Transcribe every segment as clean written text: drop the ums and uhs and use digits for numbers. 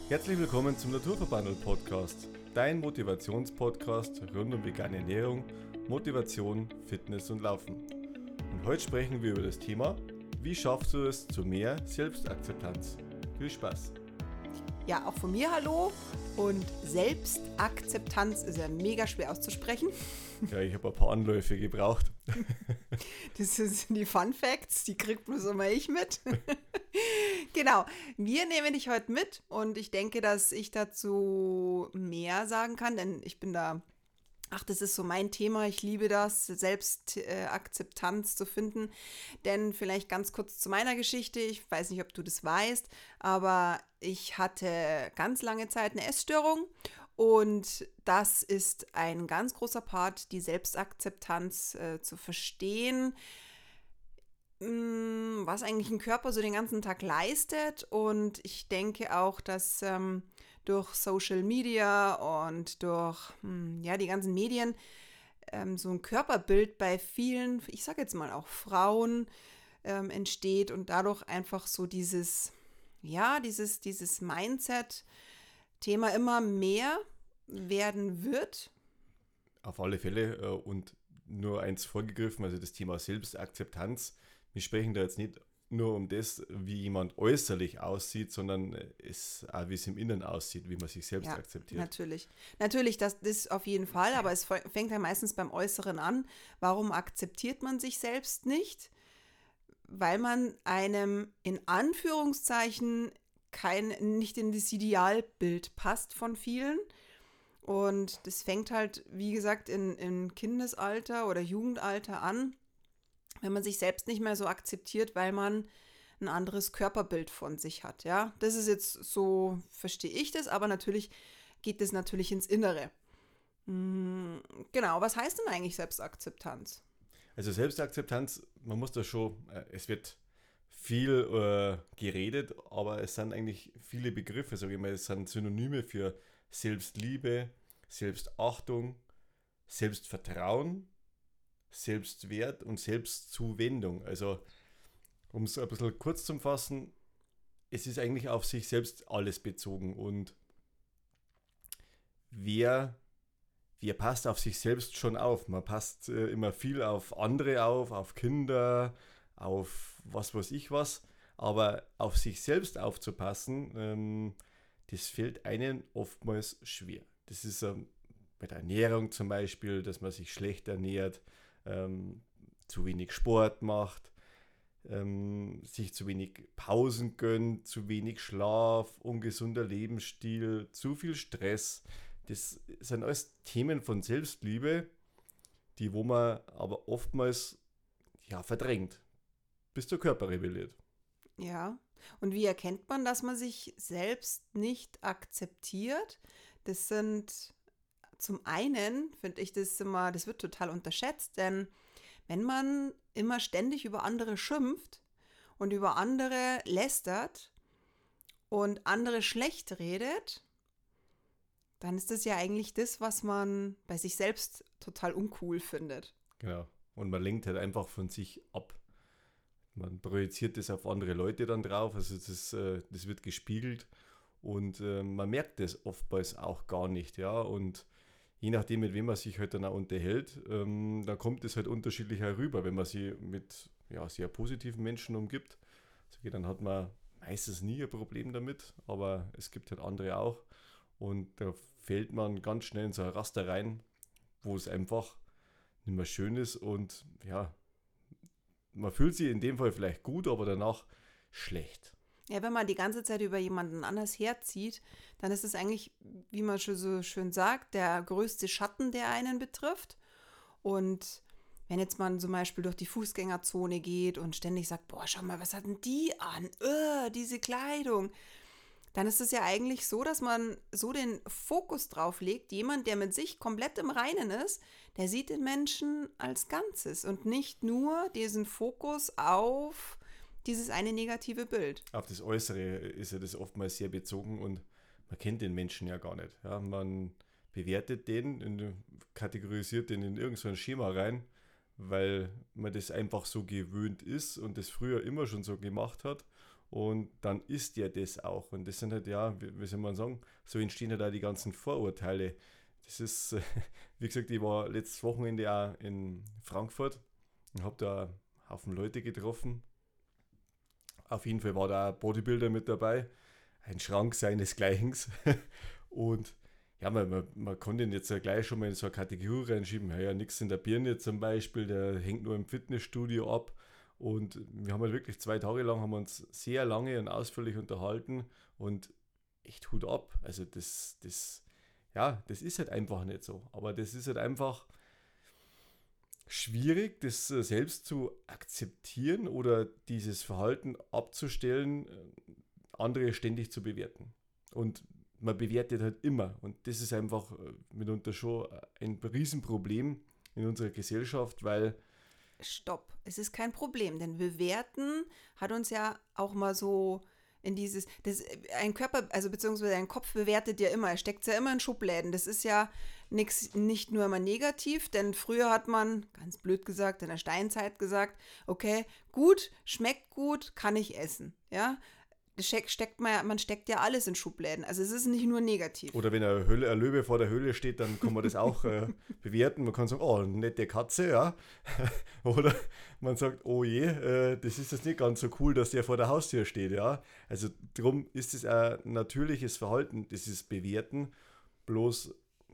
Herzlich willkommen zum Naturverbandelt Podcast, dein Motivationspodcast rund um vegane Ernährung, Motivation, Fitness und Laufen. Und heute sprechen wir über das Thema, wie schaffst du es zu mehr Selbstakzeptanz? Viel Spaß! Ja, auch von mir hallo. Und Selbstakzeptanz ist ja mega schwer auszusprechen. Ja, ich habe ein paar Anläufe gebraucht. Das sind die Fun Facts, die kriegt bloß immer ich mit. Genau, wir nehmen dich heute mit und ich denke, dass ich dazu mehr sagen kann, denn ich bin da, das ist so mein Thema, ich liebe das, Selbstakzeptanz zu finden. Denn vielleicht ganz kurz zu meiner Geschichte, ich weiß nicht, ob du das weißt, aber ich hatte ganz lange Zeit eine Essstörung. Und das ist ein ganz großer Part, die Selbstakzeptanz zu verstehen, was eigentlich ein Körper so den ganzen Tag leistet. Und ich denke auch, dass durch Social Media und durch die ganzen Medien so ein Körperbild bei vielen, ich sage jetzt mal auch Frauen, entsteht und dadurch einfach so dieses Mindset-Thema immer mehr werden wird. Auf alle Fälle und nur eins vorgegriffen, also das Thema Selbstakzeptanz. Wir sprechen da jetzt nicht nur um das, wie jemand äußerlich aussieht, sondern es auch, wie es im Inneren aussieht, wie man sich selbst akzeptiert. Natürlich, das ist auf jeden Fall, aber es fängt ja meistens beim Äußeren an. Warum akzeptiert man sich selbst nicht? Weil man einem in Anführungszeichen nicht in das Idealbild passt von vielen. Und das fängt halt, wie gesagt, im Kindesalter oder Jugendalter an, wenn man sich selbst nicht mehr so akzeptiert, weil man ein anderes Körperbild von sich hat. Ja, das ist jetzt so, verstehe ich das, aber natürlich geht das natürlich ins Innere. Genau, was heißt denn eigentlich Selbstakzeptanz? Also Selbstakzeptanz, man muss da schon, es wird viel geredet, aber es sind eigentlich viele Begriffe, sage ich mal, es sind Synonyme für Selbstliebe, Selbstachtung, Selbstvertrauen, Selbstwert und Selbstzuwendung. Also, um es ein bisschen kurz zu fassen, es ist eigentlich auf sich selbst alles bezogen und wer passt auf sich selbst schon auf? Man passt immer viel auf andere auf Kinder, auf was weiß ich was, aber auf sich selbst aufzupassen, das fällt einem oftmals schwer. Das ist bei der Ernährung zum Beispiel, dass man sich schlecht ernährt, zu wenig Sport macht, sich zu wenig Pausen gönnt, zu wenig Schlaf, ungesunder Lebensstil, zu viel Stress. Das sind alles Themen von Selbstliebe, die wo man aber oftmals verdrängt, bis der Körper rebelliert. Ja, und wie erkennt man, dass man sich selbst nicht akzeptiert? Das sind zum einen, finde ich das immer, das wird total unterschätzt, denn wenn man immer ständig über andere schimpft und über andere lästert und andere schlecht redet, dann ist das ja eigentlich das, was man bei sich selbst total uncool findet. Genau. Und man lenkt halt einfach von sich ab. Man projiziert das auf andere Leute dann drauf, also das wird gespiegelt und man merkt das oftmals auch gar nicht, ja, und je nachdem, mit wem man sich halt dann auch unterhält, da kommt es halt unterschiedlich herüber, wenn man sich mit sehr positiven Menschen umgibt, dann hat man meistens nie ein Problem damit, aber es gibt halt andere auch und da fällt man ganz schnell in so ein Raster rein, wo es einfach nicht mehr schön ist und man fühlt sich in dem Fall vielleicht gut, aber danach schlecht. Ja, wenn man die ganze Zeit über jemanden anders herzieht, dann ist es eigentlich, wie man schon so schön sagt, der größte Schatten, der einen betrifft. Und wenn jetzt man zum Beispiel durch die Fußgängerzone geht und ständig sagt, boah, schau mal, was hat denn die an? Diese Kleidung. Dann ist es ja eigentlich so, dass man so den Fokus drauf legt. Jemand, der mit sich komplett im Reinen ist, der sieht den Menschen als Ganzes und nicht nur diesen Fokus auf dieses eine negative Bild. Auf das Äußere ist ja das oftmals sehr bezogen und man kennt den Menschen ja gar nicht. Ja, man bewertet den, kategorisiert den in irgendein Schema rein, weil man das einfach so gewöhnt ist und das früher immer schon so gemacht hat. und dann ist der das auch. Und das sind halt, ja, wie soll man sagen, so entstehen halt auch die ganzen Vorurteile. Das ist, wie gesagt, ich war letztes Wochenende auch in Frankfurt und habe da einen Haufen Leute getroffen. Auf jeden Fall war da ein Bodybuilder mit dabei, ein Schrank seinesgleichen. Und ja, man konnte ihn jetzt ja gleich schon mal in so eine Kategorie reinschieben. Ja, nichts in der Birne zum Beispiel, der hängt nur im Fitnessstudio ab. Und wir haben halt wirklich 2 Tage lang haben wir uns sehr lange und ausführlich unterhalten und echt Hut ab. Also das ist halt einfach nicht so. Aber das ist halt einfach schwierig, das selbst zu akzeptieren oder dieses Verhalten abzustellen, andere ständig zu bewerten. Und man bewertet halt immer. Und das ist einfach mitunter schon ein Riesenproblem in unserer Gesellschaft, weil Stopp, es ist kein Problem, denn bewerten hat uns ja auch mal so in ein Körper, also beziehungsweise ein Kopf bewertet ja immer, er steckt ja immer in Schubläden. Das ist ja nicht nur immer negativ, denn früher hat man, ganz blöd gesagt, in der Steinzeit gesagt, okay, gut, schmeckt gut, kann ich essen, ja. Man steckt ja alles in Schubläden, also es ist nicht nur negativ. oder wenn ein Löwe vor der Höhle steht, dann kann man das auch bewerten. Man kann sagen, oh, nette Katze, ja. Oder man sagt, oh je, das ist jetzt nicht ganz so cool, dass der vor der Haustür steht, ja. Also darum ist es ein natürliches Verhalten, das ist Bewerten, bloß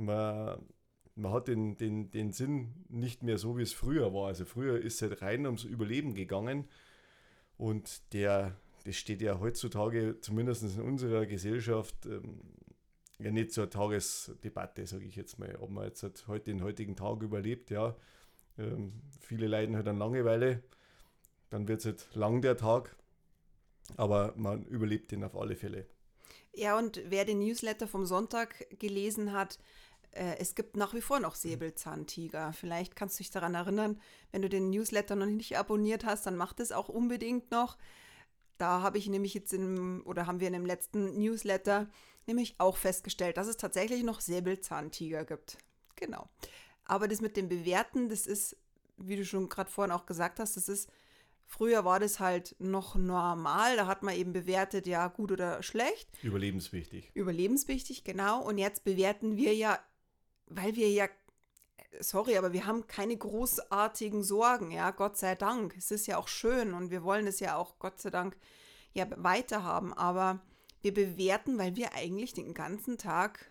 man hat den Sinn nicht mehr so, wie es früher war. Also früher ist es halt rein ums Überleben gegangen und das steht ja heutzutage, zumindest in unserer Gesellschaft, ja nicht zur Tagesdebatte, sage ich jetzt mal. Ob man jetzt halt heute den heutigen Tag überlebt, ja. Viele leiden halt an Langeweile, dann wird es halt lang der Tag, aber man überlebt den auf alle Fälle. Ja, und wer den Newsletter vom Sonntag gelesen hat, es gibt nach wie vor noch Säbelzahntiger. Vielleicht kannst du dich daran erinnern, wenn du den Newsletter noch nicht abonniert hast, dann mach das auch unbedingt noch. Da habe ich nämlich haben wir in dem letzten Newsletter nämlich auch festgestellt, dass es tatsächlich noch Säbelzahntiger gibt. Genau. Aber das mit dem Bewerten, das ist, wie du schon gerade vorhin auch gesagt hast, früher war das halt noch normal, da hat man eben bewertet, ja, gut oder schlecht. Überlebenswichtig. Überlebenswichtig, genau. Und jetzt bewerten wir ja, weil wir ja, sorry, aber wir haben keine großartigen Sorgen, ja, Gott sei Dank. Es ist ja auch schön und wir wollen es ja auch, Gott sei Dank, ja, weiterhaben. Aber wir bewerten, weil wir eigentlich den ganzen Tag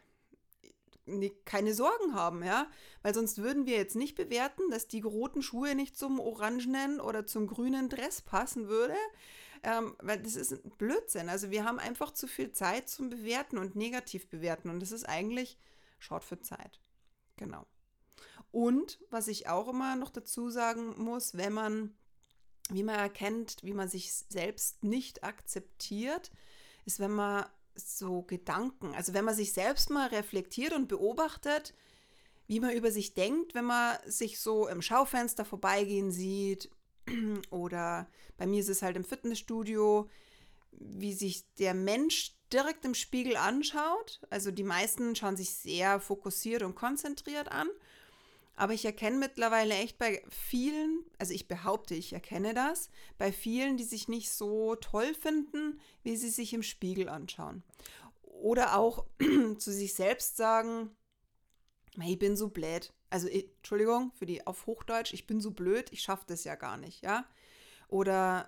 keine Sorgen haben, ja, weil sonst würden wir jetzt nicht bewerten, dass die roten Schuhe nicht zum orangenen oder zum grünen Dress passen würde, weil das ist ein Blödsinn. Also wir haben einfach zu viel Zeit zum Bewerten und negativ bewerten und das ist eigentlich Short für Zeit. Genau. Und was ich auch immer noch dazu sagen muss, wie man erkennt, wie man sich selbst nicht akzeptiert, ist, wenn man so Gedanken, also wenn man sich selbst mal reflektiert und beobachtet, wie man über sich denkt, wenn man sich so im Schaufenster vorbeigehen sieht oder bei mir ist es halt im Fitnessstudio, wie sich der Mensch direkt im Spiegel anschaut. Also die meisten schauen sich sehr fokussiert und konzentriert an. Aber ich erkenne mittlerweile echt bei vielen, also ich behaupte, ich erkenne das, bei vielen, die sich nicht so toll finden, wie sie sich im Spiegel anschauen. Oder auch zu sich selbst sagen, ich bin so blöd. Also, Entschuldigung, auf Hochdeutsch, ich bin so blöd, ich schaffe das ja gar nicht, ja. Oder,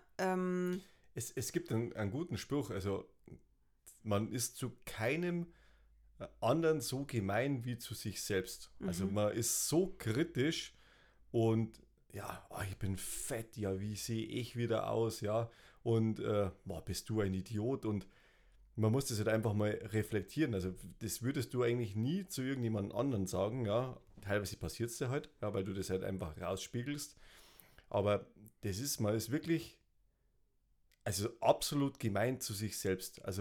Es gibt einen guten Spruch, also man ist zu keinem anderen so gemein wie zu sich selbst. Also man ist so kritisch und ja, oh, ich bin fett, ja, wie sehe ich wieder aus, ja, und bist du ein Idiot und man muss das halt einfach mal reflektieren. Also das würdest du eigentlich nie zu irgendjemand anderen sagen, ja, teilweise passiert es dir halt, ja, weil du das halt einfach rausspiegelst, aber man ist wirklich, also absolut gemein zu sich selbst. Also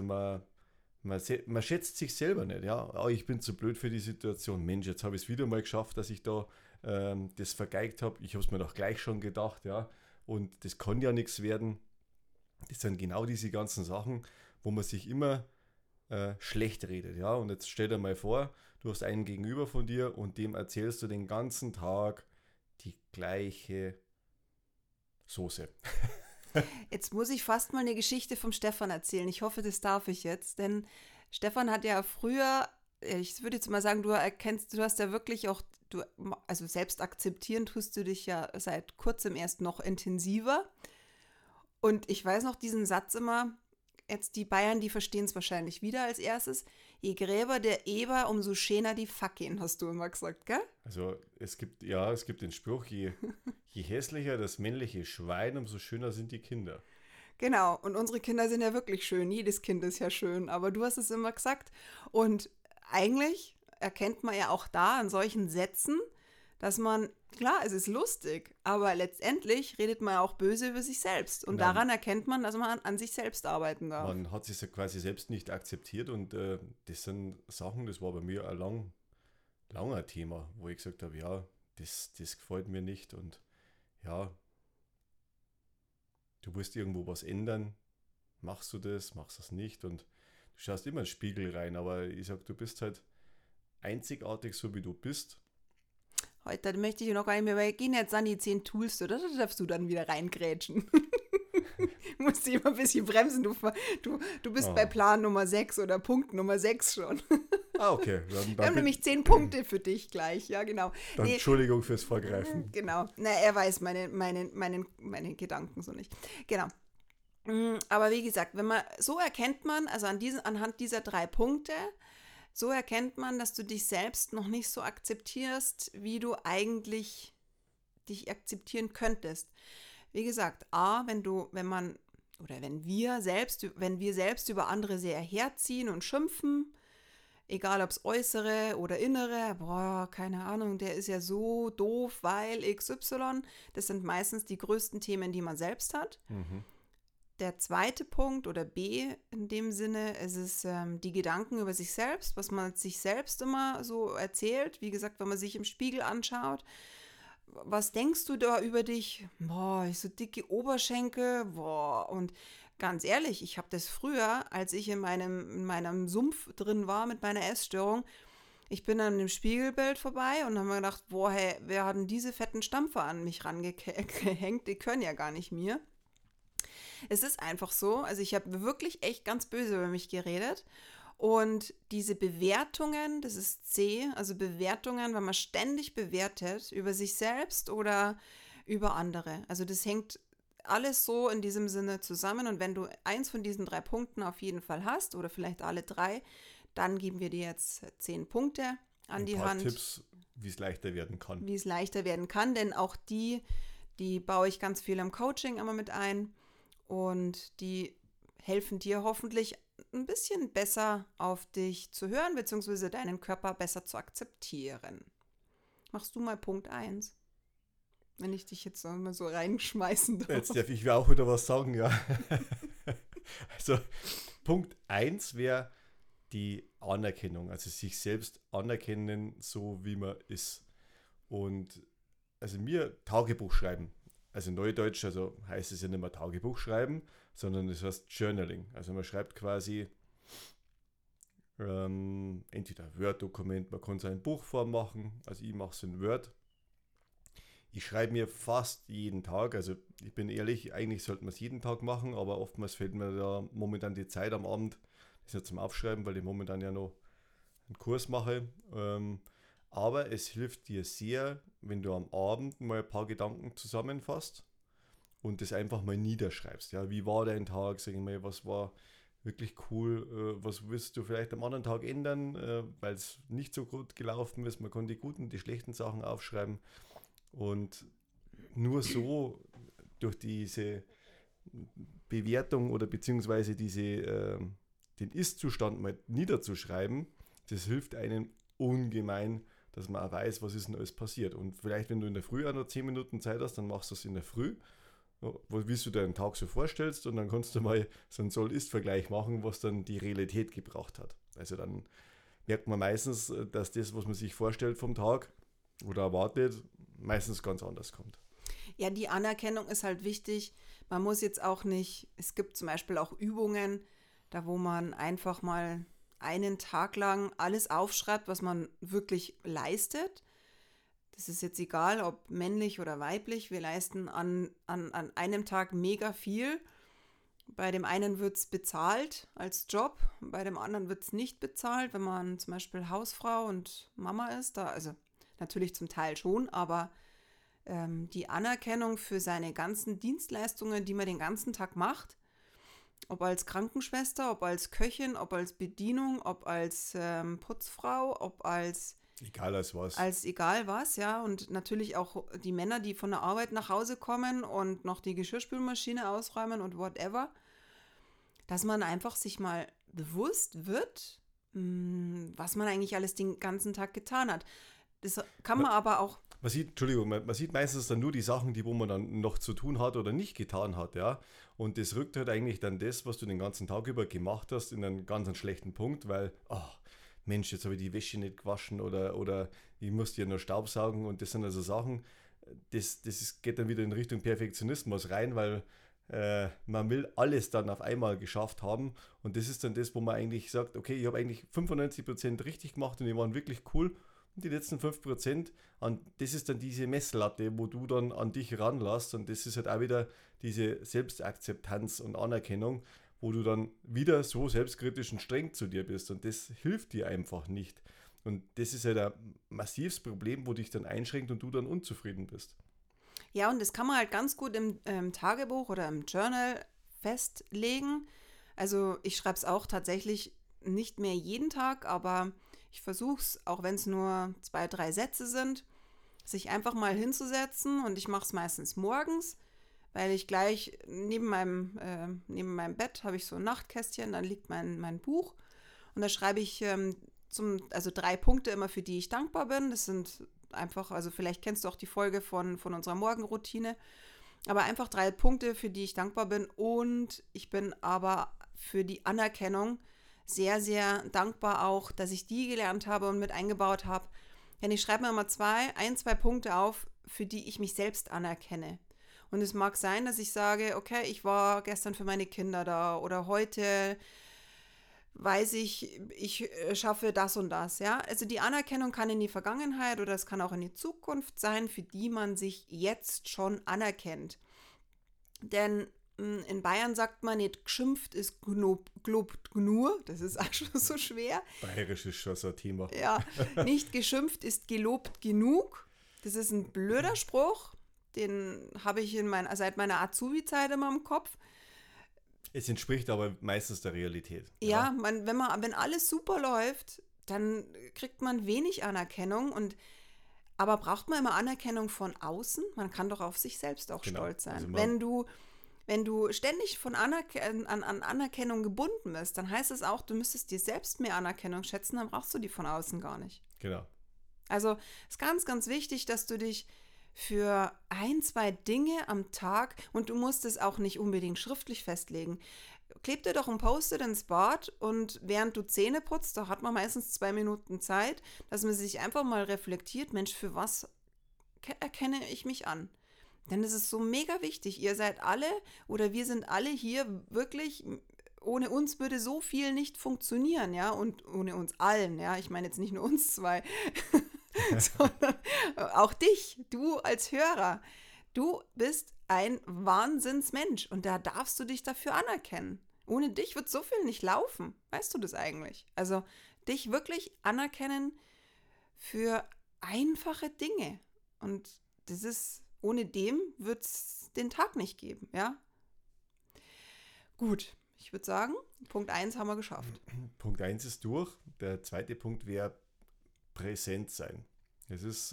man schätzt sich selber nicht, ja. Oh, ich bin zu blöd für die Situation. Mensch, jetzt habe ich es wieder mal geschafft, dass ich da das vergeigt habe. Ich habe es mir doch gleich schon gedacht, ja. Und das kann ja nichts werden. Das sind genau diese ganzen Sachen, wo man sich immer schlecht redet, ja. Und jetzt stell dir mal vor, du hast einen gegenüber von dir und dem erzählst du den ganzen Tag die gleiche Soße. Jetzt muss ich fast mal eine Geschichte vom Stefan erzählen. Ich hoffe, das darf ich jetzt, denn Stefan hat ja früher, ich würde jetzt mal sagen, du hast ja wirklich auch, also selbst akzeptieren tust du dich ja seit kurzem erst noch intensiver. Und ich weiß noch diesen Satz immer, jetzt die Bayern, die verstehen es wahrscheinlich wieder als erstes. Je gräber der Eber, umso schöner die Fackeln, hast du immer gesagt, gell? Also es gibt den Spruch, je hässlicher das männliche Schwein, umso schöner sind die Kinder. Genau, und unsere Kinder sind ja wirklich schön. Jedes Kind ist ja schön, aber du hast es immer gesagt. Und eigentlich erkennt man ja auch da an solchen Sätzen, dass man, klar, es ist lustig, aber letztendlich redet man ja auch böse über sich selbst. Und Genau. daran erkennt man, dass man an sich selbst arbeiten darf. Man hat sich so quasi selbst nicht akzeptiert und das sind Sachen, das war bei mir ein langer Thema, wo ich gesagt habe, ja, das gefällt mir nicht und ja, du musst irgendwo was ändern, machst du das nicht und du schaust immer in den Spiegel rein, aber ich sag, du bist halt einzigartig, so wie du bist. Heute möchte ich noch gar nicht mehr, weil gehen jetzt an die 10 Tools, oder? Da darfst du dann wieder reingrätschen. Musst dich immer ein bisschen bremsen, du bist bei Plan Nummer 6 oder Punkt Nummer 6 schon. Ah, okay. Wir haben nämlich 10 Punkte für dich gleich, ja genau. Dann Entschuldigung fürs Vorgreifen. Genau, er weiß meine Gedanken so nicht. Genau. Aber wie gesagt, so erkennt man, also anhand dieser 3 Punkte, so erkennt man, dass du dich selbst noch nicht so akzeptierst, wie du eigentlich dich akzeptieren könntest. Wie gesagt, wenn wir selbst über andere sehr herziehen und schimpfen, egal ob es äußere oder innere, boah, keine Ahnung, der ist ja so doof, weil XY, das sind meistens die größten Themen, die man selbst hat. Mhm. Der zweite Punkt oder B in dem Sinne, es ist die Gedanken über sich selbst, was man sich selbst immer so erzählt. Wie gesagt, wenn man sich im Spiegel anschaut, was denkst du da über dich? Boah, ich so dicke Oberschenkel, boah. Und ganz ehrlich, ich habe das früher, als ich in meinem Sumpf drin war mit meiner Essstörung, ich bin an dem Spiegelbild vorbei und habe mir gedacht, boah, hey, wer hat denn diese fetten Stampfer an mich rangehängt? Die können ja gar nicht mir. Es ist einfach so, also ich habe wirklich echt ganz böse über mich geredet und diese Bewertungen, das ist C, also Bewertungen, wenn man ständig bewertet über sich selbst oder über andere. Also das hängt alles so in diesem Sinne zusammen und wenn du eins von diesen 3 Punkten auf jeden Fall hast oder vielleicht alle 3, dann geben wir dir jetzt 10 Punkte an die Hand. Tipps, wie es leichter werden kann. Wie es leichter werden kann, denn auch die baue ich ganz viel im Coaching immer mit ein. Und die helfen dir hoffentlich ein bisschen besser auf dich zu hören, beziehungsweise deinen Körper besser zu akzeptieren. Machst du mal Punkt 1? Wenn ich dich jetzt mal so reinschmeißen darf. Jetzt darf ich auch wieder was sagen, ja. Also Punkt 1 wäre die Anerkennung, also sich selbst anerkennen, so wie man ist. Und also mir Tagebuch schreiben. Also Neudeutsch, also heißt es ja nicht mehr Tagebuch schreiben, sondern es heißt Journaling. Also man schreibt quasi entweder ein Word-Dokument, man kann es in Buchform machen, also ich mache es in Word. Ich schreibe mir fast jeden Tag, also ich bin ehrlich, eigentlich sollte man es jeden Tag machen, aber oftmals fehlt mir da momentan die Zeit am Abend, das ja zum Aufschreiben, weil ich momentan ja noch einen Kurs mache. Aber es hilft dir sehr, wenn du am Abend mal ein paar Gedanken zusammenfasst und das einfach mal niederschreibst. Ja, wie war dein Tag? Sag ich mal, was war wirklich cool? Was willst du vielleicht am anderen Tag ändern, weil es nicht so gut gelaufen ist? Man kann die guten, die schlechten Sachen aufschreiben. Und nur so durch diese Bewertung oder beziehungsweise den Ist-Zustand mal niederzuschreiben, das hilft einem ungemein, dass man auch weiß, was ist denn alles passiert. Und vielleicht, wenn du in der Früh auch noch 10 Minuten Zeit hast, dann machst du es in der Früh, wie du dir den Tag so vorstellst und dann kannst du mal so einen Soll-Ist-Vergleich machen, was dann die Realität gebracht hat. Also dann merkt man meistens, dass das, was man sich vorstellt vom Tag oder erwartet, meistens ganz anders kommt. Ja, die Anerkennung ist halt wichtig. Man muss jetzt auch nicht, es gibt zum Beispiel auch Übungen, da wo man einfach mal einen Tag lang alles aufschreibt, was man wirklich leistet. Das ist jetzt egal, ob männlich oder weiblich. Wir leisten an einem Tag mega viel. Bei dem einen wird es bezahlt als Job, bei dem anderen wird es nicht bezahlt, wenn man zum Beispiel Hausfrau und Mama ist. Also natürlich zum Teil schon, aber die Anerkennung für seine ganzen Dienstleistungen, die man den ganzen Tag macht, ob als Krankenschwester, ob als Köchin, ob als Bedienung, ob als Putzfrau, ob als Egal als was. als egal was, ja. Und natürlich auch die Männer, die von der Arbeit nach Hause kommen und noch die Geschirrspülmaschine ausräumen und whatever, dass man einfach sich mal bewusst wird, was man eigentlich alles den ganzen Tag getan hat. Das kann man aber auch. Man sieht meistens dann nur die Sachen, wo man dann noch zu tun hat oder nicht getan hat, ja. Und das rückt halt eigentlich dann das, was du den ganzen Tag über gemacht hast, in einen ganz schlechten Punkt, weil, Mensch, jetzt habe ich die Wäsche nicht gewaschen oder ich musste ja nur Staubsaugen und das sind also Sachen, geht dann wieder in Richtung Perfektionismus rein, weil man will alles dann auf einmal geschafft haben und das ist dann das, wo man eigentlich sagt, okay, ich habe eigentlich 95% richtig gemacht und die waren wirklich cool und die letzten 5%, das ist dann diese Messlatte, wo du dann an dich ranlässt und das ist halt auch wieder diese Selbstakzeptanz und Anerkennung, wo du dann wieder so selbstkritisch und streng zu dir bist und das hilft dir einfach nicht. Und das ist halt ein massives Problem, wo dich dann einschränkt und du dann unzufrieden bist. Ja, und das kann man halt ganz gut im Tagebuch oder im Journal festlegen. Also ich schreibe es auch tatsächlich nicht mehr jeden Tag, aber ich versuche es, auch wenn es nur 2, 3 Sätze sind, sich einfach mal hinzusetzen und ich mache es meistens morgens, weil ich gleich neben meinem Bett habe ich so ein Nachtkästchen, dann liegt mein Buch und da schreibe ich also 3 Punkte immer, für die ich dankbar bin. Das sind einfach, also vielleicht kennst du auch die Folge von unserer Morgenroutine, aber einfach 3 Punkte, für die ich dankbar bin und ich bin aber für die Anerkennung sehr, sehr dankbar auch, dass ich die gelernt habe und mit eingebaut habe. Denn ich schreibe mir immer 2 Punkte auf, für die ich mich selbst anerkenne. Und es mag sein, dass ich sage, okay, ich war gestern für meine Kinder da oder heute weiß ich schaffe das und das, ja. Also die Anerkennung kann in die Vergangenheit oder es kann auch in die Zukunft sein, für die man sich jetzt schon anerkennt. Denn in Bayern sagt man nicht, geschimpft ist gelobt nur, das ist auch schon so schwer. Bayerisch ist schon so ein Thema. Ja, nicht geschimpft ist gelobt genug. Das ist ein blöder Spruch, den habe ich seit meiner Azubi-Zeit immer im Kopf. Es entspricht aber meistens der Realität. Ja, wenn alles super läuft, dann kriegt man wenig Anerkennung aber braucht man immer Anerkennung von außen? Man kann doch auf sich selbst auch stolz sein. Also wenn du ständig an Anerkennung gebunden bist, dann heißt es auch, du müsstest dir selbst mehr Anerkennung schätzen, dann brauchst du die von außen gar nicht. Genau. Also es ist ganz, ganz wichtig, dass du dich für 1, 2 Dinge am Tag, und du musst es auch nicht unbedingt schriftlich festlegen, kleb dir doch ein Post-it ins Bad und während du Zähne putzt, da hat man meistens 2 Minuten Zeit, dass man sich einfach mal reflektiert, Mensch, für was erkenne ich mich an? Denn es ist so mega wichtig, ihr seid alle oder wir sind alle hier wirklich, ohne uns würde so viel nicht funktionieren, ja, und ohne uns allen, ja, ich meine jetzt nicht nur uns 2, sondern auch dich, du als Hörer. Du bist ein Wahnsinnsmensch und da darfst du dich dafür anerkennen. Ohne dich wird so viel nicht laufen. Weißt du das eigentlich? Also dich wirklich anerkennen für einfache Dinge. Und das ist, ohne dem wird es den Tag nicht geben, ja? Gut, ich würde sagen, Punkt 1 haben wir geschafft. Punkt 1 ist durch. Der zweite Punkt wäre präsent sein. Es ist,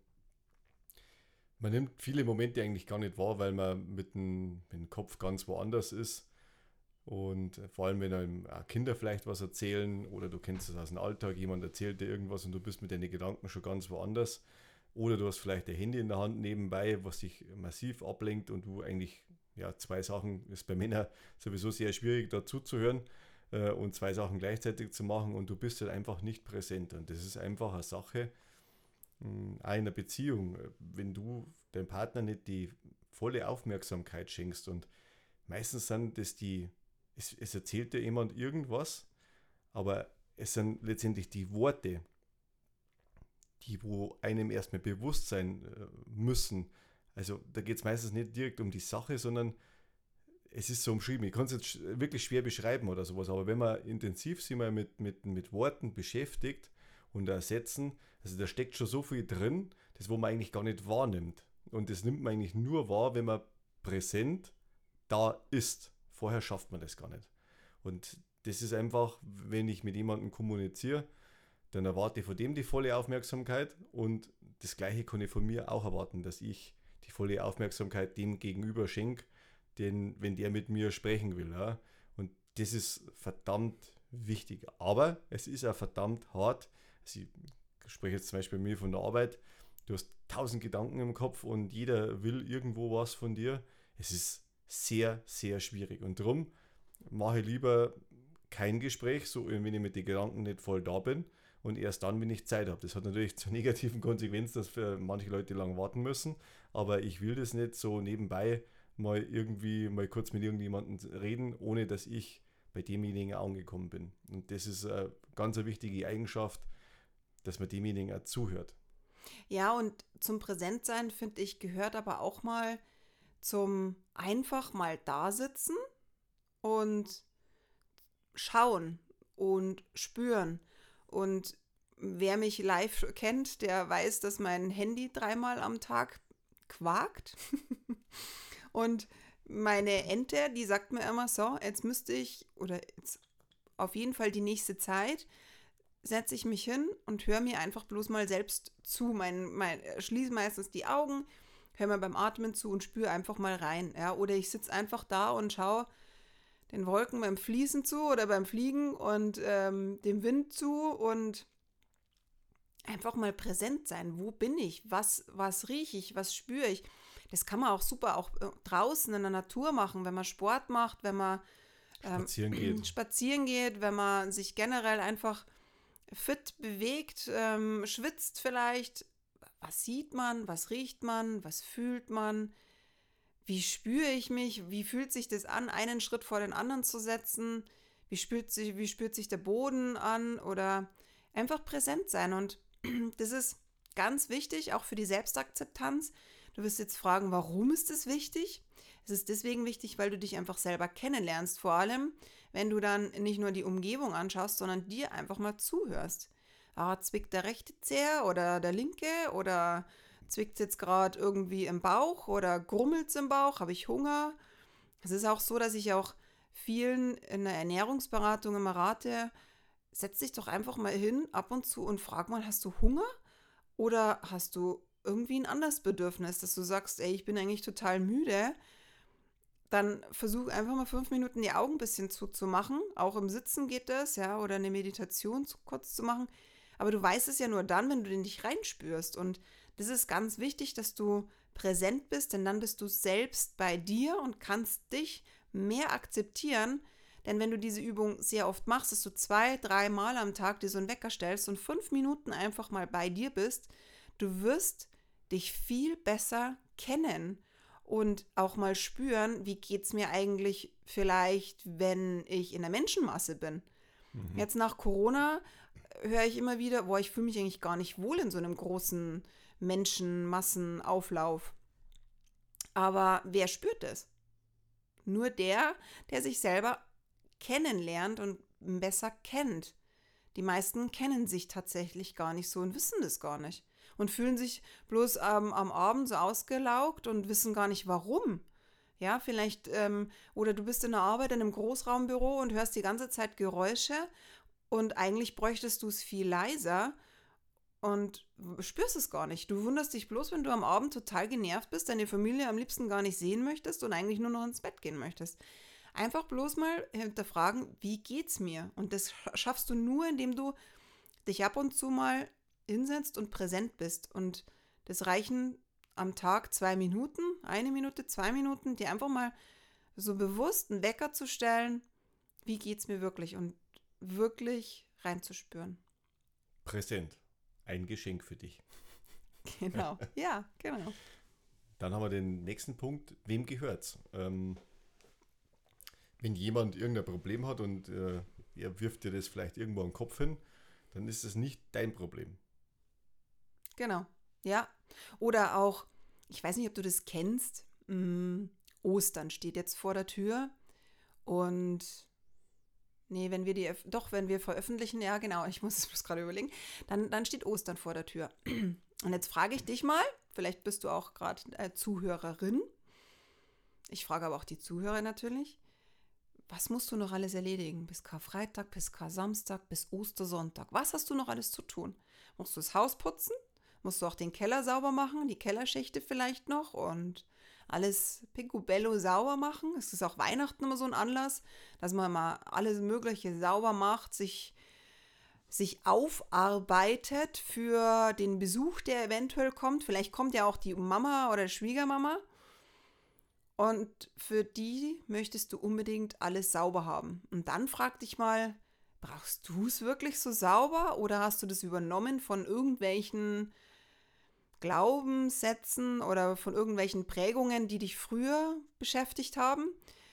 man nimmt viele Momente eigentlich gar nicht wahr, weil man mit dem Kopf ganz woanders ist. Und vor allem, wenn einem Kinder vielleicht was erzählen oder du kennst es aus dem Alltag, jemand erzählt dir irgendwas und du bist mit deinen Gedanken schon ganz woanders. Oder du hast vielleicht ein Handy in der Hand nebenbei, was dich massiv ablenkt und du eigentlich, 2 Sachen ist bei Männern sowieso sehr schwierig, dazu zu hören und 2 Sachen gleichzeitig zu machen und du bist halt einfach nicht präsent. Und das ist einfach eine Sache, auch in einer Beziehung, wenn du deinem Partner nicht die volle Aufmerksamkeit schenkst und meistens sind das es erzählt dir jemand irgendwas, aber es sind letztendlich die Worte, die wo einem erstmal bewusst sein müssen. Also da geht es meistens nicht direkt um die Sache, sondern es ist so umschrieben. Ich kann es jetzt wirklich schwer beschreiben oder sowas, aber wenn man intensiv sich mal mit Worten beschäftigt und Sätzen, also da steckt schon so viel drin, das wo man eigentlich gar nicht wahrnimmt. Und das nimmt man eigentlich nur wahr, wenn man präsent da ist. Vorher schafft man das gar nicht. Und das ist einfach, wenn ich mit jemandem kommuniziere, dann erwarte ich von dem die volle Aufmerksamkeit und das Gleiche kann ich von mir auch erwarten, dass ich die volle Aufmerksamkeit dem gegenüber schenke, wenn der mit mir sprechen will. Ja. Und das ist verdammt wichtig. Aber es ist auch verdammt hart. Also ich spreche jetzt zum Beispiel bei mir von der Arbeit. Du hast 1000 Gedanken im Kopf und jeder will irgendwo was von dir. Es ist sehr, sehr schwierig. Und darum mache ich lieber kein Gespräch, so wenn ich mit den Gedanken nicht voll da bin und erst dann, wenn ich Zeit habe. Das hat natürlich zur negativen Konsequenz, dass für manche Leute lang warten müssen, aber ich will das nicht so nebenbei mal kurz mit irgendjemandem reden, ohne dass ich bei demjenigen angekommen bin. Und das ist eine ganz wichtige Eigenschaft, dass man demjenigen auch zuhört. Ja, und zum Präsentsein, finde ich, gehört aber auch mal zum einfach mal da sitzen und schauen und spüren. Und wer mich live kennt, der weiß, dass mein Handy 3-mal am Tag quakt. Und meine Ente, die sagt mir immer so, jetzt müsste ich, oder jetzt auf jeden Fall die nächste Zeit, setze ich mich hin und höre mir einfach bloß mal selbst zu. Schließe meistens die Augen, höre mir beim Atmen zu und spüre einfach mal rein. Ja? Oder ich sitze einfach da und schaue den Wolken beim Fließen zu oder beim Fliegen und dem Wind zu und einfach mal präsent sein. Wo bin ich? Was rieche ich? Was spüre ich? Das kann man auch super auch draußen in der Natur machen, wenn man Sport macht, wenn man spazieren geht, wenn man sich generell einfach fit bewegt, schwitzt vielleicht. Was sieht man? Was riecht man? Was fühlt man? Wie spüre ich mich? Wie fühlt sich das an, einen Schritt vor den anderen zu setzen? Wie spürt sich der Boden an? Oder einfach präsent sein. Und das ist ganz wichtig, auch für die Selbstakzeptanz. Du wirst jetzt fragen, warum ist das wichtig? Es ist deswegen wichtig, weil du dich einfach selber kennenlernst. Vor allem, wenn du dann nicht nur die Umgebung anschaust, sondern dir einfach mal zuhörst. Zwickt der rechte Zeher oder der linke oder zwickt es jetzt gerade irgendwie im Bauch oder grummelt es im Bauch? Habe ich Hunger? Es ist auch so, dass ich auch vielen in der Ernährungsberatung immer rate, setz dich doch einfach mal hin ab und zu und frag mal, hast du Hunger oder hast du irgendwie ein anderes Bedürfnis, dass du sagst, ey, ich bin eigentlich total müde, dann versuch einfach mal 5 Minuten die Augen ein bisschen zuzumachen. Auch im Sitzen geht das, ja, oder eine Meditation kurz zu machen. Aber du weißt es ja nur dann, wenn du in dich reinspürst. Und das ist ganz wichtig, dass du präsent bist, denn dann bist du selbst bei dir und kannst dich mehr akzeptieren. Denn wenn du diese Übung sehr oft machst, dass du 2-3 Mal am Tag dir so einen Wecker stellst und 5 Minuten einfach mal bei dir bist, du wirst dich viel besser kennen und auch mal spüren, wie geht es mir eigentlich vielleicht, wenn ich in der Menschenmasse bin. Jetzt nach Corona höre ich immer wieder, boah, ich fühle mich eigentlich gar nicht wohl in so einem großen Menschenmassenauflauf. Aber wer spürt das? Nur der sich selber kennenlernt und besser kennt. Die meisten kennen sich tatsächlich gar nicht so und wissen das gar nicht. Und fühlen sich bloß am Abend so ausgelaugt und wissen gar nicht warum. Ja, vielleicht, oder du bist in der Arbeit in einem Großraumbüro und hörst die ganze Zeit Geräusche und eigentlich bräuchtest du es viel leiser und spürst es gar nicht. Du wunderst dich bloß, wenn du am Abend total genervt bist, deine Familie am liebsten gar nicht sehen möchtest und eigentlich nur noch ins Bett gehen möchtest. Einfach bloß mal hinterfragen, wie geht's mir? Und das schaffst du nur, indem du dich ab und zu mal hinsetzt und präsent bist. Und das reichen am Tag 2 Minuten, 1 Minute, 2 Minuten, dir einfach mal so bewusst einen Wecker zu stellen, wie geht's mir wirklich und wirklich reinzuspüren. Präsent. Ein Geschenk für dich. Genau, ja, genau. Dann haben wir den nächsten Punkt. Wem gehört's? Wenn jemand irgendein Problem hat und er wirft dir das vielleicht irgendwo am Kopf hin, dann ist das nicht dein Problem. Genau. Ja. Oder auch, ich weiß nicht, ob du das kennst, Ostern steht jetzt vor der Tür und nee, wenn wir veröffentlichen, ja genau, ich muss es bloß gerade überlegen, dann steht Ostern vor der Tür. Und jetzt frage ich dich mal, vielleicht bist du auch gerade Zuhörerin, ich frage aber auch die Zuhörer natürlich, was musst du noch alles erledigen? Bis Karfreitag, bis Kar-Samstag, bis Ostersonntag. Was hast du noch alles zu tun? Musst du das Haus putzen? Musst du auch den Keller sauber machen? Die Kellerschächte vielleicht noch? Und alles picobello sauber machen? Es ist auch Weihnachten immer so ein Anlass, dass man mal alles Mögliche sauber macht, sich aufarbeitet für den Besuch, der eventuell kommt. Vielleicht kommt ja auch die Mama oder Schwiegermama. Und für die möchtest du unbedingt alles sauber haben. Und dann frag dich mal, brauchst du es wirklich so sauber oder hast du das übernommen von irgendwelchen Glaubenssätzen oder von irgendwelchen Prägungen, die dich früher beschäftigt haben?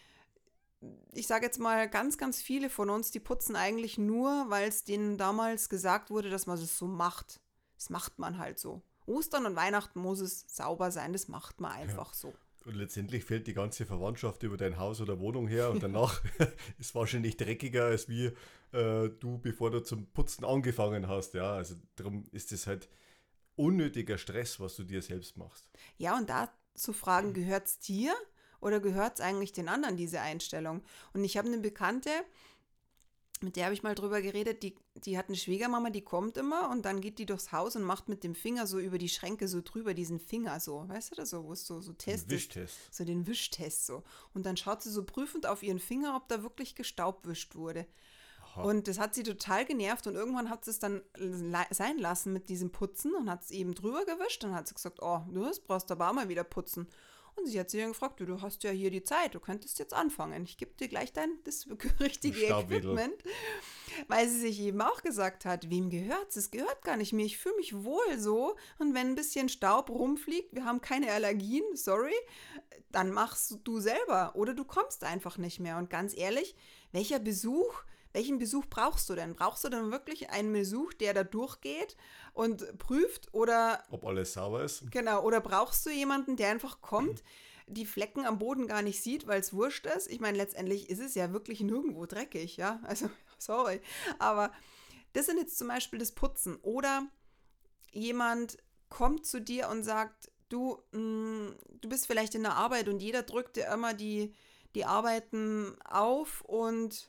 Ich sage jetzt mal, ganz, ganz viele von uns, die putzen eigentlich nur, weil es denen damals gesagt wurde, dass man es so macht. Das macht man halt so. Ostern und Weihnachten muss es sauber sein, das macht man einfach so. Und letztendlich fällt die ganze Verwandtschaft über dein Haus oder Wohnung her und danach ist wahrscheinlich dreckiger als wie du, bevor du zum Putzen angefangen hast. Ja, also darum ist es halt unnötiger Stress, was du dir selbst machst. Ja, und da zu fragen, gehört es dir oder gehört es eigentlich den anderen, diese Einstellung? Und ich habe eine Bekannte, mit der habe ich mal drüber geredet, die hat eine Schwiegermama, die kommt immer und dann geht die durchs Haus und macht mit dem Finger so über die Schränke so drüber, diesen Finger so, weißt du das so, wo es so testest. Wischtest. So den Wischtest so. Und dann schaut sie so prüfend auf ihren Finger, ob da wirklich gestaubwischt wurde. Aha. Und das hat sie total genervt und irgendwann hat sie es dann sein lassen mit diesem Putzen und hat es eben drüber gewischt. Dann hat sie gesagt, oh, du brauchst aber auch mal wieder putzen. Und sie hat sie dann gefragt, du hast ja hier die Zeit, du könntest jetzt anfangen. Ich gebe dir gleich das richtige Equipment. Weil sie sich eben auch gesagt hat, wem gehört's? Es gehört gar nicht mir, ich fühle mich wohl so. Und wenn ein bisschen Staub rumfliegt, wir haben keine Allergien, sorry, dann machst du selber oder du kommst einfach nicht mehr. Und ganz ehrlich, welchen Besuch brauchst du denn? Brauchst du denn wirklich einen Besuch, der da durchgeht und prüft oder... Ob alles sauber ist? Genau, oder brauchst du jemanden, der einfach kommt, die Flecken am Boden gar nicht sieht, weil es wurscht ist? Ich meine, letztendlich ist es ja wirklich nirgendwo dreckig, ja? Also, sorry. Aber das sind jetzt zum Beispiel das Putzen. Oder jemand kommt zu dir und sagt, du bist vielleicht in der Arbeit und jeder drückt dir immer die Arbeiten auf und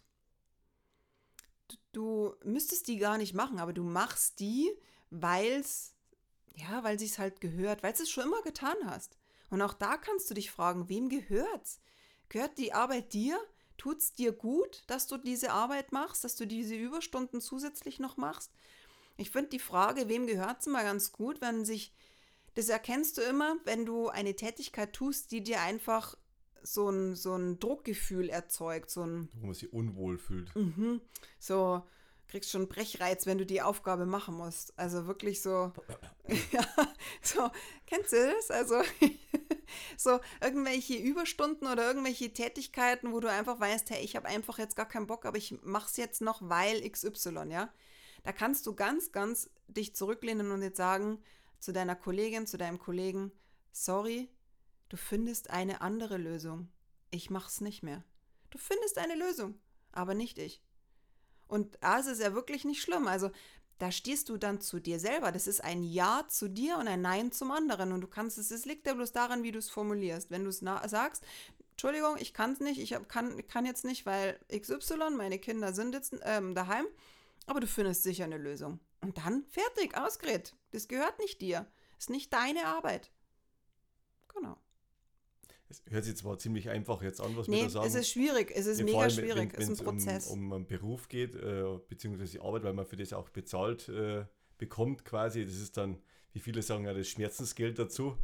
du müsstest die gar nicht machen, aber du machst die, weil sich's halt gehört, weil du es schon immer getan hast. Und auch da kannst du dich fragen, wem gehört's? Gehört die Arbeit dir? Tut's dir gut, dass du diese Arbeit machst, dass du diese Überstunden zusätzlich noch machst? Ich finde die Frage, wem gehört's, immer ganz gut, das erkennst du immer, wenn du eine Tätigkeit tust, die dir einfach so ein Druckgefühl erzeugt, Wo man sich unwohl fühlt. So, kriegst schon einen Brechreiz, wenn du die Aufgabe machen musst. Also wirklich so, ja, so, kennst du das? Also so irgendwelche Überstunden oder irgendwelche Tätigkeiten, wo du einfach weißt, hey, ich habe einfach jetzt gar keinen Bock, aber ich mache es jetzt noch, weil XY, ja. Da kannst du ganz, ganz dich zurücklehnen und jetzt sagen zu deiner Kollegin, zu deinem Kollegen, sorry, du findest eine andere Lösung. Ich mach's nicht mehr. Du findest eine Lösung, aber nicht ich. Und da ist es ja wirklich nicht schlimm. Also da stehst du dann zu dir selber. Das ist ein Ja zu dir und ein Nein zum anderen. Und es liegt ja bloß daran, wie du es formulierst. Wenn du es sagst, Entschuldigung, ich kann es nicht, ich kann jetzt nicht, weil XY, meine Kinder sind jetzt daheim, aber du findest sicher eine Lösung. Und dann fertig, ausgeredet. Das gehört nicht dir. Ist nicht deine Arbeit. Genau. Es hört sich zwar ziemlich einfach jetzt an, was wir da sagen. Nee, es ist schwierig, es ist mega schwierig, es ist ein Prozess. Um einen Beruf geht, beziehungsweise Arbeit, weil man für das auch bezahlt bekommt quasi. Das ist dann, wie viele sagen, ja, das Schmerzensgeld dazu.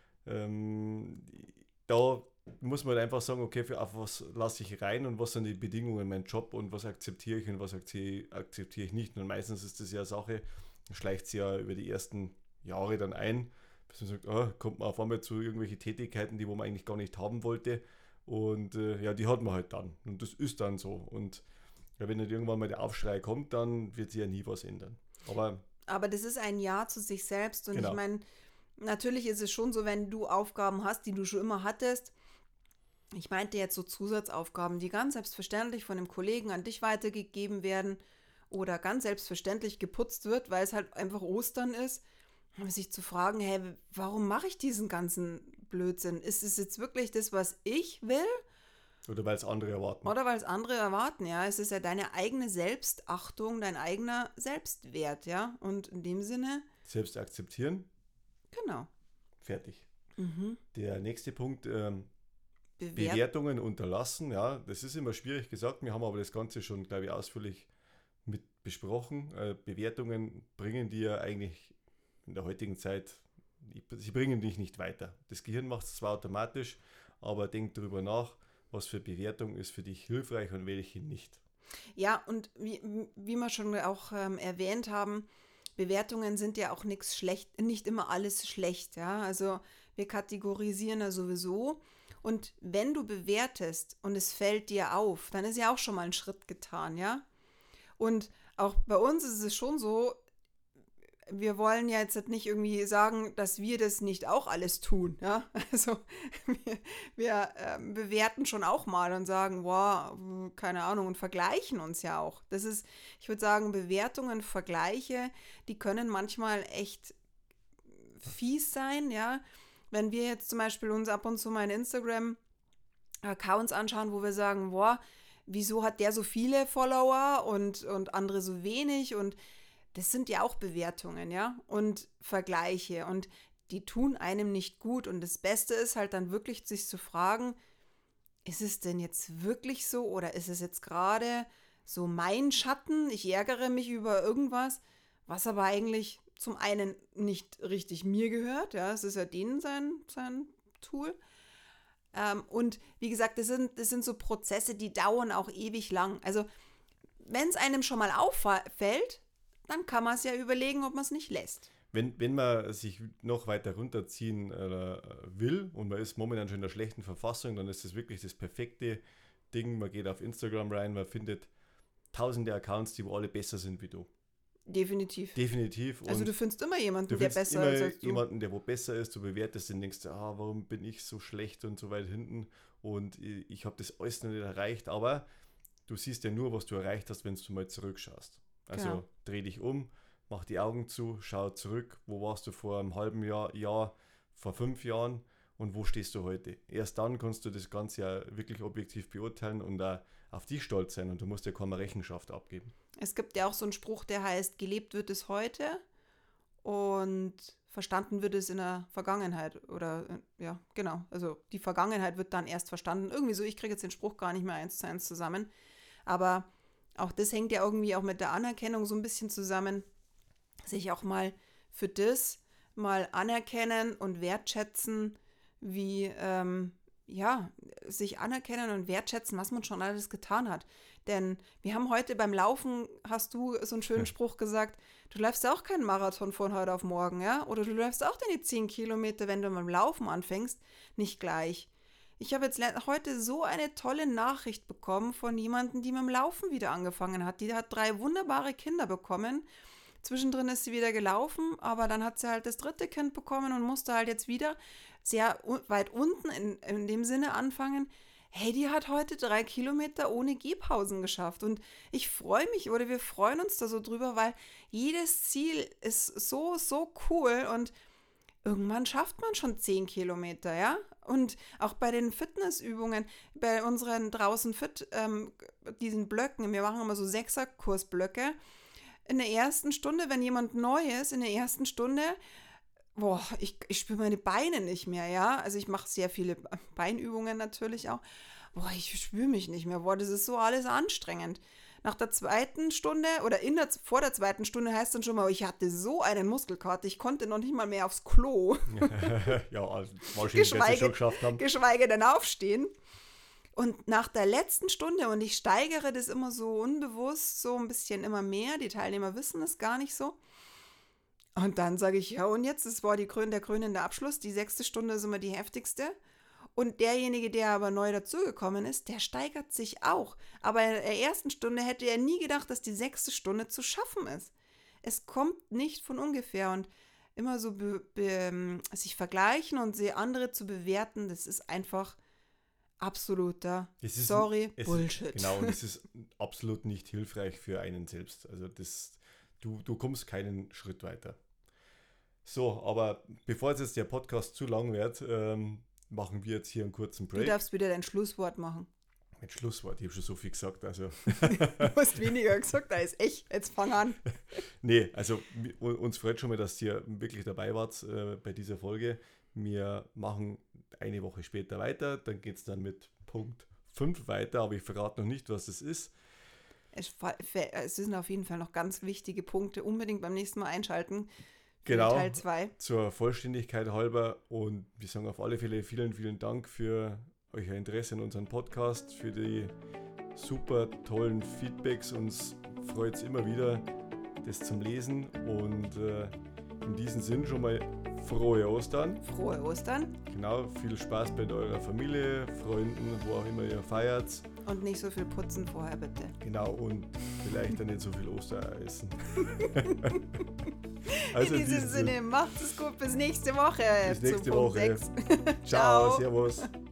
Da muss man einfach sagen, okay, auf was lasse ich rein und was sind die Bedingungen, mein Job und was akzeptiere ich und was akzeptiere ich nicht. Und meistens ist das ja eine Sache, schleicht sie ja über die ersten Jahre dann ein, bis man sagt, kommt man auf einmal zu irgendwelchen Tätigkeiten, die wo man eigentlich gar nicht haben wollte und die hat man halt dann und das ist dann so und ja, wenn dann irgendwann mal der Aufschrei kommt, dann wird sich ja nie was ändern. Aber das ist ein Ja zu sich selbst. Und Genau. ich meine, natürlich ist es schon so, wenn du Aufgaben hast, die du schon immer hattest. Ich meinte jetzt so Zusatzaufgaben, die ganz selbstverständlich von einem Kollegen an dich weitergegeben werden oder ganz selbstverständlich geputzt wird, weil es halt einfach Ostern ist. Aber sich zu fragen, hey, warum mache ich diesen ganzen Blödsinn? Ist es jetzt wirklich das, was ich will? Oder weil es andere erwarten. Oder weil es andere erwarten, ja. Es ist ja deine eigene Selbstachtung, dein eigener Selbstwert, ja. Und in dem Sinne, Selbst akzeptieren, genau. fertig. Mhm. Der nächste Punkt, Bewert Bewertungen unterlassen. Ja, das ist immer schwierig gesagt. Wir haben aber das Ganze schon, glaube ich, ausführlich mit besprochen. Bewertungen bringen dir eigentlich in der heutigen Zeit, sie bringen dich nicht weiter. Das Gehirn macht es zwar automatisch, aber denk darüber nach, was für Bewertung ist für dich hilfreich und welche nicht. Ja, und wie wir schon auch erwähnt haben, Bewertungen sind ja auch nichts schlecht, nicht immer alles schlecht, ja. Also wir kategorisieren ja sowieso. Und wenn du bewertest und es fällt dir auf, dann ist ja auch schon mal ein Schritt getan, ja. Und auch bei uns ist es schon so, wir wollen ja jetzt nicht irgendwie sagen, dass wir das nicht auch alles tun, ja. Also wir bewerten schon auch mal und sagen, wow, keine Ahnung, und vergleichen uns ja auch. Das ist, ich würde sagen, Bewertungen, Vergleiche, die können manchmal echt fies sein, ja. Wenn wir jetzt zum Beispiel uns ab und zu mal in Instagram-Accounts anschauen, wo wir sagen, boah, wieso hat der so viele Follower und andere so wenig? Und das sind ja auch Bewertungen, ja, und Vergleiche. Und die tun einem nicht gut. Und das Beste ist halt dann wirklich, sich zu fragen, ist es denn jetzt wirklich so oder ist es jetzt gerade so mein Schatten? Ich ärgere mich über irgendwas, was aber eigentlich zum einen nicht richtig mir gehört. Ja, es ist ja denen sein Tool. Und wie gesagt, das sind so Prozesse, die dauern auch ewig lang. Also wenn es einem schon mal auffällt, dann kann man es ja überlegen, ob man es nicht lässt. Wenn man sich noch weiter runterziehen will und man ist momentan schon in der schlechten Verfassung, dann ist das wirklich das perfekte Ding. Man geht auf Instagram rein, man findet tausende Accounts, die wo alle besser sind wie du. Definitiv. Definitiv. Also Und du findest immer jemanden, du der findest besser immer ist als du. jemanden, der wo besser ist, du bewertest den, denkst, warum bin ich so schlecht und so weit hinten und ich habe das alles noch nicht erreicht, aber du siehst ja nur, was du erreicht hast, wenn du mal zurückschaust. Also Genau. dreh dich um, mach die Augen zu, schau zurück, wo warst du vor einem halben Jahr, vor 5 Jahren und wo stehst du heute. Erst dann kannst du das Ganze ja wirklich objektiv beurteilen und auch auf dich stolz sein und du musst ja keine Rechenschaft abgeben. Es gibt ja auch so einen Spruch, der heißt, gelebt wird es heute und verstanden wird es in der Vergangenheit. Oder ja, genau. Also die Vergangenheit wird dann erst verstanden. Irgendwie so, ich kriege jetzt den Spruch gar nicht mehr 1:1 zusammen. Aber auch das hängt ja irgendwie auch mit der Anerkennung so ein bisschen zusammen. Sich auch mal für das mal anerkennen und wertschätzen, wie, sich anerkennen und wertschätzen, was man schon alles getan hat. Denn wir haben heute beim Laufen, hast du so einen schönen Spruch gesagt, du läufst ja auch keinen Marathon von heute auf morgen, ja? Oder du läufst auch deine 10 Kilometer, wenn du beim Laufen anfängst, nicht gleich. Ich habe jetzt heute so eine tolle Nachricht bekommen von jemandem, die mit dem Laufen wieder angefangen hat. Die hat 3 wunderbare Kinder bekommen. Zwischendrin ist sie wieder gelaufen, aber dann hat sie halt das 3. Kind bekommen und musste halt jetzt wieder sehr weit unten in dem Sinne anfangen. Hey, die hat heute 3 Kilometer ohne Gehpausen geschafft und ich freue mich oder wir freuen uns da so drüber, weil jedes Ziel ist so, so cool und irgendwann schafft man schon 10 Kilometer, ja? Und auch bei den Fitnessübungen, bei unseren draußen Fit, diesen Blöcken, wir machen immer so 6er-Kursblöcke. In der ersten Stunde, wenn jemand neu ist, in der ersten Stunde, ich spüre meine Beine nicht mehr, ja. Also ich mache sehr viele Beinübungen natürlich auch. Ich spüre mich nicht mehr. Das ist so alles anstrengend. Nach der zweiten Stunde oder vor der zweiten Stunde heißt dann schon mal, ich hatte so einen Muskelkater, ich konnte noch nicht mal mehr aufs Klo. Ja, also wahrscheinlich, wenn sie schon geschafft haben. Geschweige denn aufstehen. Und nach der letzten Stunde, und ich steigere das immer so unbewusst, so ein bisschen immer mehr, die Teilnehmer wissen es gar nicht so. Und dann sage ich, ja, und jetzt, das war der krönende Abschluss, die 6. Stunde ist immer die heftigste. Und derjenige, der aber neu dazugekommen ist, der steigert sich auch. Aber in der ersten Stunde hätte er nie gedacht, dass die 6. Stunde zu schaffen ist. Es kommt nicht von ungefähr und immer so sich vergleichen und andere zu bewerten, das ist einfach absoluter, Bullshit. Genau, und es ist absolut nicht hilfreich für einen selbst. Also du kommst keinen Schritt weiter. So, aber bevor jetzt der Podcast zu lang wird, machen wir jetzt hier einen kurzen Break. Du darfst wieder dein Schlusswort machen. Mein Schlusswort, ich habe schon so viel gesagt. Also. Du hast weniger gesagt, da ist echt, jetzt fang an. Nee, also uns freut schon mal, dass ihr wirklich dabei wart bei dieser Folge. Wir machen eine Woche später weiter, dann geht es dann mit Punkt 5 weiter, aber ich verrate noch nicht, was das ist. Es sind auf jeden Fall noch ganz wichtige Punkte, unbedingt beim nächsten Mal einschalten. Genau, Teil 2. Zur Vollständigkeit halber und wir sagen auf alle Fälle vielen, vielen Dank für euer Interesse in unserem Podcast, für die super tollen Feedbacks. Uns freut es immer wieder, das zum Lesen und in diesem Sinn schon mal frohe Ostern. Frohe Ostern. Genau, viel Spaß bei eurer Familie, Freunden, wo auch immer ihr feiert. Und nicht so viel putzen vorher, bitte. Genau, und vielleicht dann nicht so viel Ostereier essen. Also in diesem Sinne, macht es gut, bis nächste Woche. Bis nächste Woche. Punkt 6. Ciao, servus.